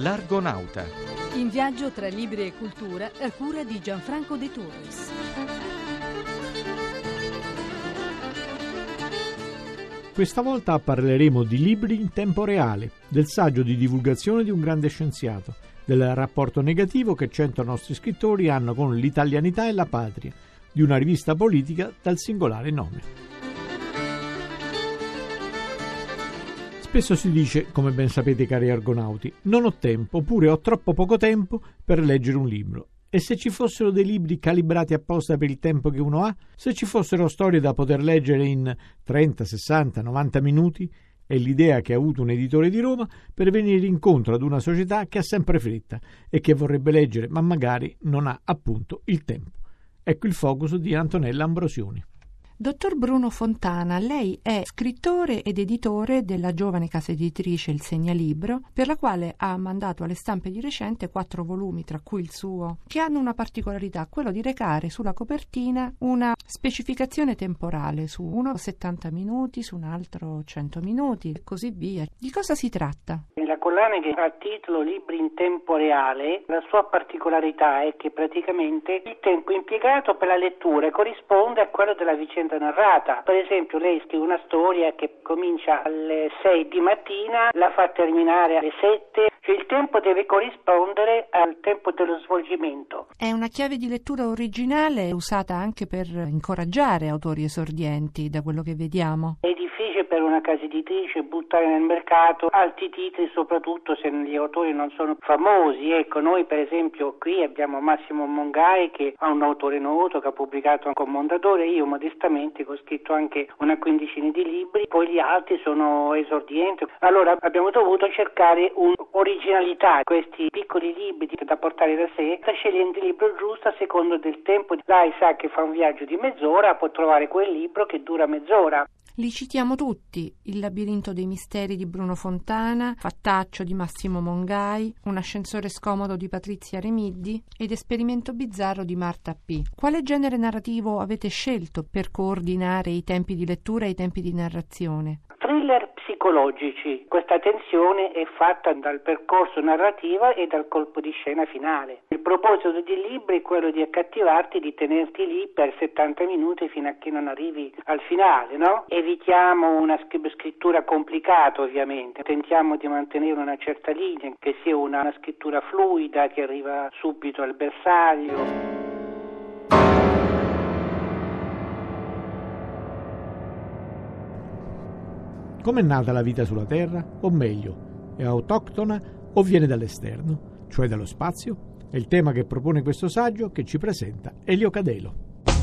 L'Argonauta. In viaggio tra libri e cultura a cura di Gianfranco De Torres. Questa volta parleremo di libri in tempo reale, del saggio di divulgazione di un grande scienziato, del rapporto negativo che 100 nostri scrittori hanno con l'italianità e la patria, di una rivista politica dal singolare nome. Spesso si dice, come ben sapete cari argonauti, non ho tempo oppure ho troppo poco tempo per leggere un libro. E se ci fossero dei libri calibrati apposta per il tempo che uno ha? Se ci fossero storie da poter leggere in 30, 60, 90 minuti? È l'idea che ha avuto un editore di Roma per venire incontro ad una società che ha sempre fretta e che vorrebbe leggere ma magari non ha appunto il tempo. Ecco il focus di Antonella Ambrosioni. Dottor Bruno Fontana, lei è scrittore ed editore della giovane casa editrice Il Segnalibro, per la quale ha mandato alle stampe di recente 4 volumi, tra cui il suo, che hanno una particolarità, quello di recare sulla copertina una specificazione temporale, su uno 70 minuti, su un altro 100 minuti e così via. Di cosa si tratta? La collana che ha il titolo Libri in tempo reale, la sua particolarità è che praticamente il tempo impiegato per la lettura corrisponde a quello della vicenda narrata. Per esempio lei scrive una storia che comincia alle 6 di mattina, la fa terminare alle 7, cioè il tempo deve corrispondere al tempo dello svolgimento. È una chiave di lettura originale usata anche per incoraggiare autori esordienti, da quello che vediamo. È difficile per una casa editrice buttare nel mercato alti titoli, soprattutto se gli autori non sono famosi. Ecco, noi per esempio qui abbiamo Massimo Mongai che è un autore noto che ha pubblicato con Mondadori, io modestamente ho scritto anche una quindicina di libri, poi gli altri sono esordienti. Allora abbiamo dovuto cercare un'originalità, questi piccoli libri da portare da sé, scegliendo il libro giusto a secondo del tempo. Lei sa che fa un viaggio di mezz'ora, può trovare quel libro che dura mezz'ora. Li citiamo tutti: Il labirinto dei misteri di Bruno Fontana, Fattaccio di Massimo Mongai, Un ascensore scomodo di Patrizia Remiddi ed Esperimento bizzarro di Marta P. Quale genere narrativo avete scelto per coordinare i tempi di lettura e i tempi di narrazione? Thriller psicologici. Questa tensione è fatta dal percorso narrativo e dal colpo di scena finale. Il proposito dei libri è quello di accattivarti, di tenerti lì per 70 minuti fino a che non arrivi al finale, no? Evitiamo una scrittura complicata, ovviamente. Tentiamo di mantenere una certa linea, che sia una scrittura fluida, che arriva subito al bersaglio. Com'è nata la vita sulla Terra? O meglio, è autoctona o viene dall'esterno, cioè dallo spazio? È il tema che propone questo saggio che ci presenta Elio Cadelo.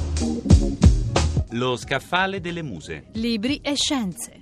Lo scaffale delle muse. Libri e scienze.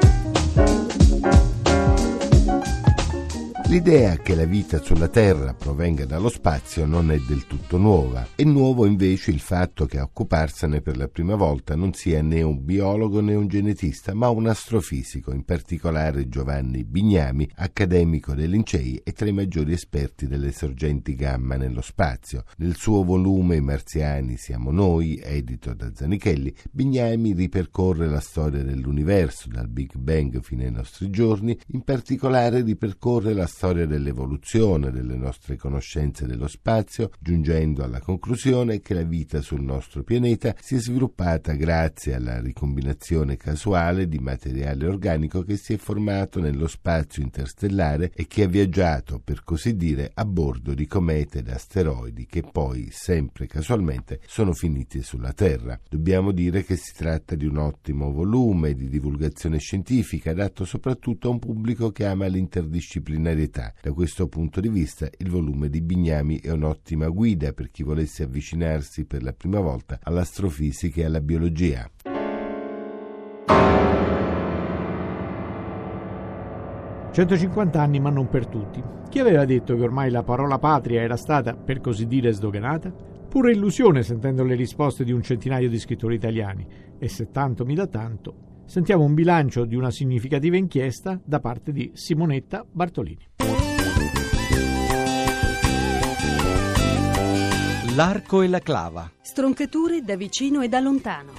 L'idea che la vita sulla Terra provenga dallo spazio non è del tutto nuova. È nuovo invece il fatto che a occuparsene per la prima volta non sia né un biologo né un genetista, ma un astrofisico, in particolare Giovanni Bignami, accademico dei Lincei e tra i maggiori esperti delle sorgenti gamma nello spazio. Nel suo volume I marziani siamo noi, edito da Zanichelli, Bignami ripercorre la storia dell'universo, dal Big Bang fino ai nostri giorni, in particolare ripercorre la storia dell'evoluzione delle nostre conoscenze dello spazio, giungendo alla conclusione che la vita sul nostro pianeta si è sviluppata grazie alla ricombinazione casuale di materiale organico che si è formato nello spazio interstellare e che ha viaggiato, per così dire, a bordo di comete ed asteroidi che poi, sempre casualmente, sono finiti sulla Terra. Dobbiamo dire che si tratta di un ottimo volume di divulgazione scientifica adatto soprattutto a un pubblico che ama l'interdisciplinarietà. Da questo punto di vista il volume di Bignami è un'ottima guida per chi volesse avvicinarsi per la prima volta all'astrofisica e alla biologia. «150 anni ma non per tutti». Chi aveva detto che ormai la parola patria era stata, per così dire, sdoganata? Pure illusione sentendo le risposte di un centinaio di scrittori italiani. E se tanto mi dà tanto... Sentiamo un bilancio di una significativa inchiesta da parte di Simonetta Bartolini. L'arco e la clava. Stroncature da vicino e da lontano.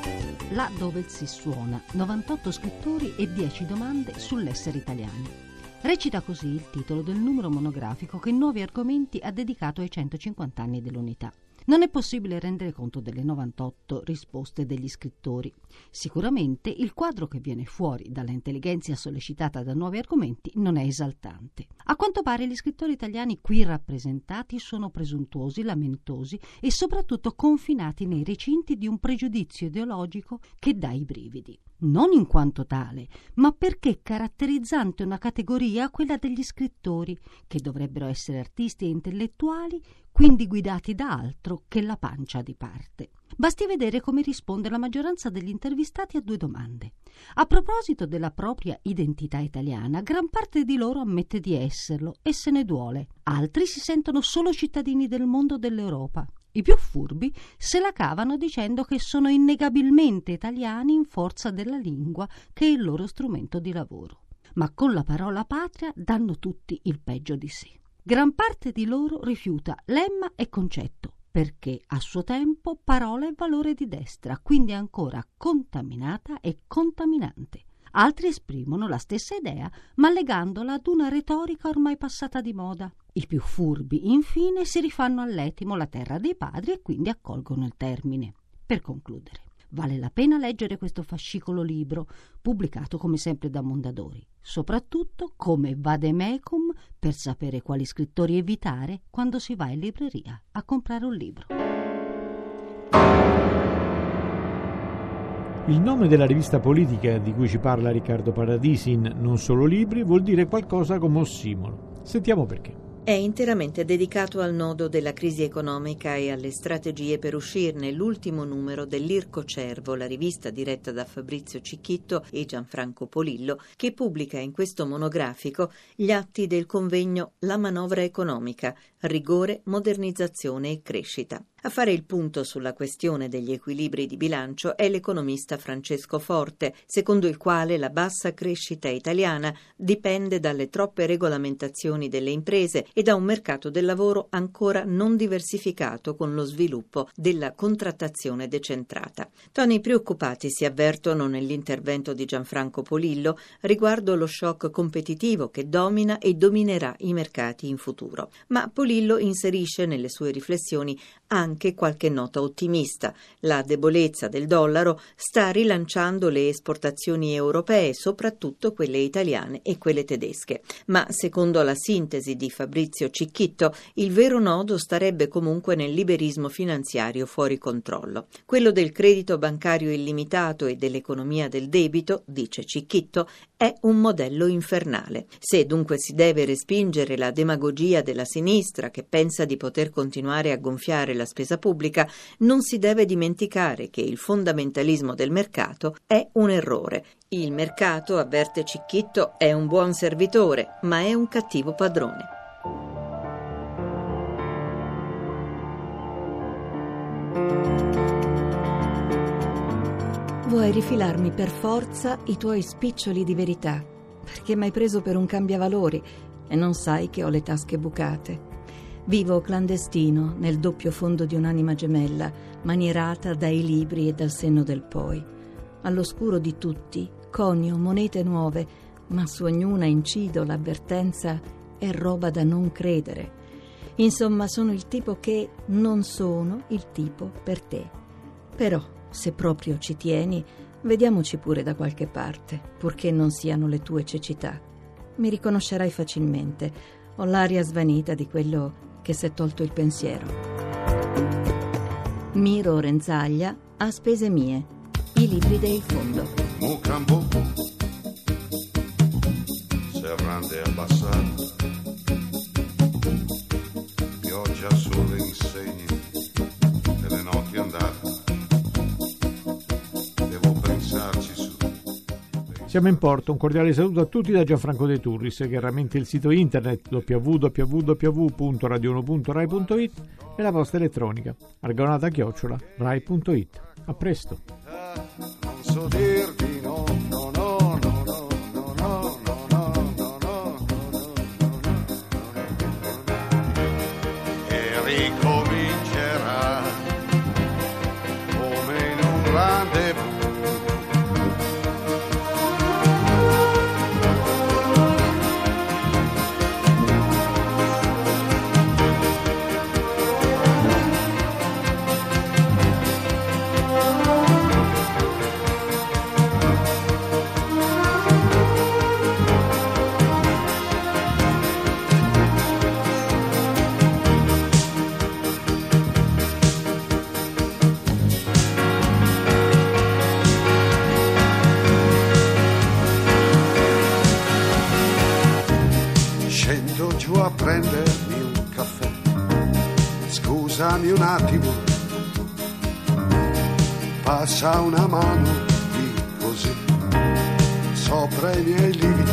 Là dove si suona, 98 scrittori e 10 domande sull'essere italiani. Recita così il titolo del numero monografico che Nuovi Argomenti ha dedicato ai 150 anni dell'Unità. Non è possibile rendere conto delle 98 risposte degli scrittori. Sicuramente il quadro che viene fuori dalla intelligenza sollecitata da Nuovi Argomenti non è esaltante. A quanto pare gli scrittori italiani qui rappresentati sono presuntuosi, lamentosi e soprattutto confinati nei recinti di un pregiudizio ideologico che dà i brividi. Non in quanto tale, ma perché caratterizzante una categoria, quella degli scrittori, che dovrebbero essere artisti e intellettuali, quindi guidati da altro che la pancia di parte. Basti vedere come risponde la maggioranza degli intervistati a 2 domande. A proposito della propria identità italiana, gran parte di loro ammette di esserlo e se ne duole. Altri si sentono solo cittadini del mondo dell'Europa. I più furbi se la cavano dicendo che sono innegabilmente italiani in forza della lingua, che è il loro strumento di lavoro. Ma con la parola patria danno tutti il peggio di sé. Gran parte di loro rifiuta lemma e concetto, perché a suo tempo parola è valore di destra, quindi ancora contaminata e contaminante. Altri esprimono la stessa idea, ma legandola ad una retorica ormai passata di moda. I più furbi, infine, si rifanno all'etimo, la terra dei padri, e quindi accolgono il termine. Per concludere, vale la pena leggere questo fascicolo libro, pubblicato come sempre da Mondadori, soprattutto come vademecum per sapere quali scrittori evitare quando si va in libreria a comprare un libro. Il nome della rivista politica di cui ci parla Riccardo Paradisi in Non solo libri vuol dire qualcosa come ossimoro. Sentiamo perché. È interamente dedicato al nodo della crisi economica e alle strategie per uscirne. L'ultimo numero dell'Ircocervo, la rivista diretta da Fabrizio Cicchitto e Gianfranco Polillo, che pubblica in questo monografico gli atti del convegno La manovra economica, rigore, modernizzazione e crescita. A fare il punto sulla questione degli equilibri di bilancio è l'economista Francesco Forte, secondo il quale la bassa crescita italiana dipende dalle troppe regolamentazioni delle imprese e da un mercato del lavoro ancora non diversificato con lo sviluppo della contrattazione decentrata. Toni preoccupati si avvertono nell'intervento di Gianfranco Polillo riguardo lo shock competitivo che domina e dominerà i mercati in futuro. Ma Polillo inserisce nelle sue riflessioni anche qualche nota ottimista. La debolezza del dollaro sta rilanciando le esportazioni europee, soprattutto quelle italiane e quelle tedesche. Ma secondo la sintesi di Fabrizio Cicchitto, il vero nodo starebbe comunque nel liberismo finanziario fuori controllo. Quello del credito bancario illimitato e dell'economia del debito, dice Cicchitto, è un modello infernale. Se dunque si deve respingere la demagogia della sinistra che pensa di poter continuare a gonfiare la spesa pubblica, non si deve dimenticare che il fondamentalismo del mercato è un errore. Il mercato, avverte Cicchitto, è un buon servitore, ma è un cattivo padrone. Vuoi rifilarmi per forza i tuoi spiccioli di verità, perché m'hai preso per un cambiavalori e non sai che ho le tasche bucate. Vivo clandestino nel doppio fondo di un'anima gemella, manierata dai libri e dal senno del poi. All'oscuro di tutti conio monete nuove, ma su ognuna incido l'avvertenza è roba da non credere. Insomma, sono il tipo che non sono il tipo per te. Però, se proprio ci tieni, vediamoci pure da qualche parte, purché non siano le tue cecità. Mi riconoscerai facilmente. Ho l'aria svanita di quello che s'è tolto il pensiero. Miro Renzaglia, a spese mie. I libri del fondo. Mocambo, serrande abbassate, pioggia sulle insegne delle notti andate. Devo pensarci su. Siamo in porto, un cordiale saluto a tutti da Gianfranco De Turris, chiaramente il sito internet www.radio1.rai.it e la posta elettronica argonata@rai.it. A presto. Non so dirti no, no, no, no, no, no, no, no, no, no, e ricomincerà come in un rendezvous. passa una mano di così sopra i miei lividi,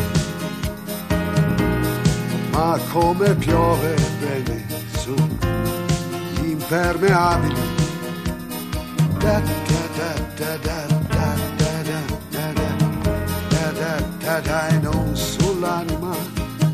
ma come piove bene su gli impermeabili. Da da da da da da da da da da da da e non sull'anima.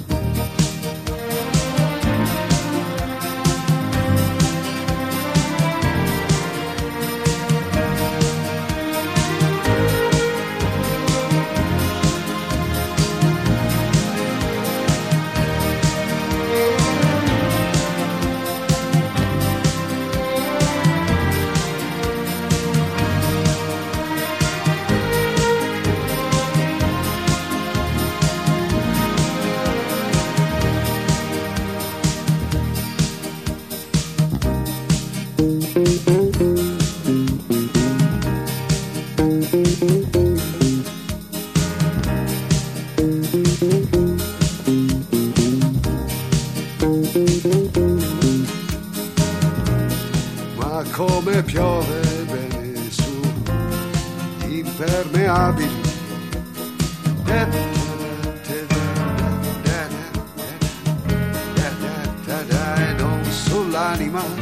Ma come piove bene su gli impermeabili. E non sull'anima.